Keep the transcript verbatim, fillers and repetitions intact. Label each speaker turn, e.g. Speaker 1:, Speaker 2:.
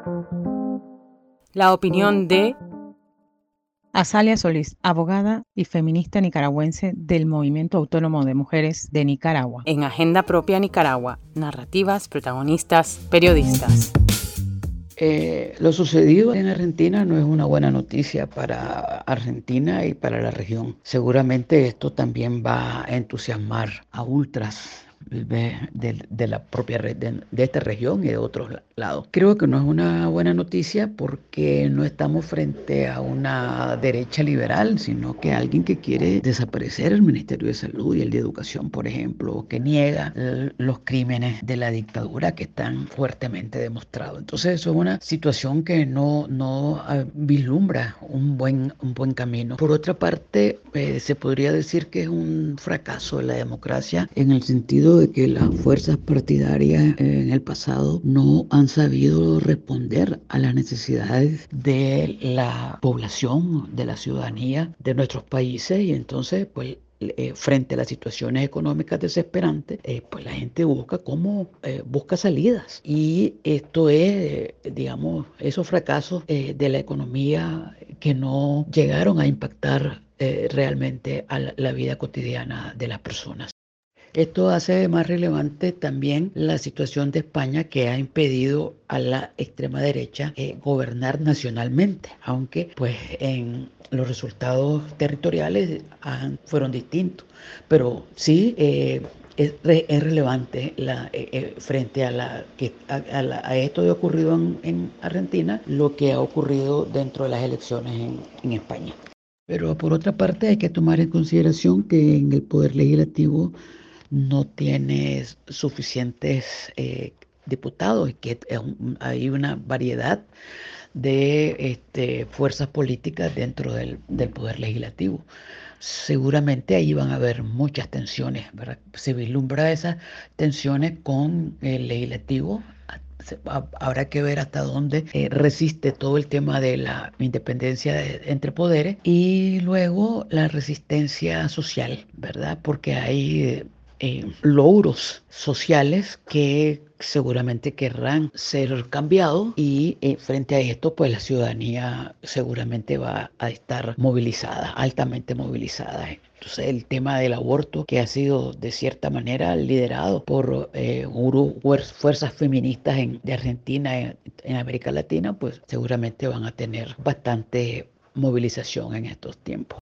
Speaker 1: La opinión de
Speaker 2: Azalia Solís, abogada y feminista nicaragüense del Movimiento Autónomo de Mujeres de Nicaragua.
Speaker 1: En Agenda Propia Nicaragua, narrativas, protagonistas, periodistas.
Speaker 3: Eh, lo sucedido en Argentina no es una buena noticia para Argentina y para la región. Seguramente esto también va a entusiasmar a ultras de, de- de la propia red de, de esta región y de otros la- lados. Creo que no es una buena noticia porque no estamos frente a una derecha liberal, sino que alguien que quiere desaparecer el Ministerio de Salud y el de Educación, por ejemplo, o que niega eh, los crímenes de la dictadura que están fuertemente demostrados. Entonces, eso es una situación que no, no ah, vislumbra un buen, un buen camino. Por otra parte, eh, se podría decir que es un fracaso de la democracia en el sentido de que las fuerzas partidarias eh, en el pasado no han sabido responder a las necesidades de la población, de la ciudadanía de nuestros países, y entonces pues eh, frente a las situaciones económicas desesperantes, eh, pues la gente busca cómo eh, busca salidas. Y esto es, eh, digamos, esos fracasos eh, de la economía que no llegaron a impactar eh, realmente a la, la vida cotidiana de las personas. Esto hace más relevante también la situación de España, que ha impedido a la extrema derecha eh, gobernar nacionalmente, aunque pues en los resultados territoriales han- fueron distintos, pero sí eh, es, re- es relevante la, eh, eh, frente a, la, que, a, a la- a esto que ha ocurrido en, en Argentina, lo que ha ocurrido dentro de las elecciones en, en España. Pero por otra parte hay que tomar en consideración que en el Poder Legislativo no tiene suficientes eh, diputados y que es un- hay una variedad de este, fuerzas políticas dentro del, del Poder Legislativo. Seguramente ahí van a haber muchas tensiones, ¿verdad? Se vislumbra esas tensiones con el legislativo. Se- ha- Habrá que ver hasta dónde eh, resiste todo el tema de la independencia de- entre poderes y luego la resistencia social, ¿verdad? Porque hay eh, eh, logros sociales que seguramente querrán ser cambiados y eh, frente a esto pues la ciudadanía seguramente va a estar movilizada, altamente movilizada. Entonces el tema del aborto, que ha sido de cierta manera liderado por eh, gurú- fuer- fuerzas feministas en- de Argentina, en, en América Latina, pues seguramente van a tener bastante movilización en estos tiempos.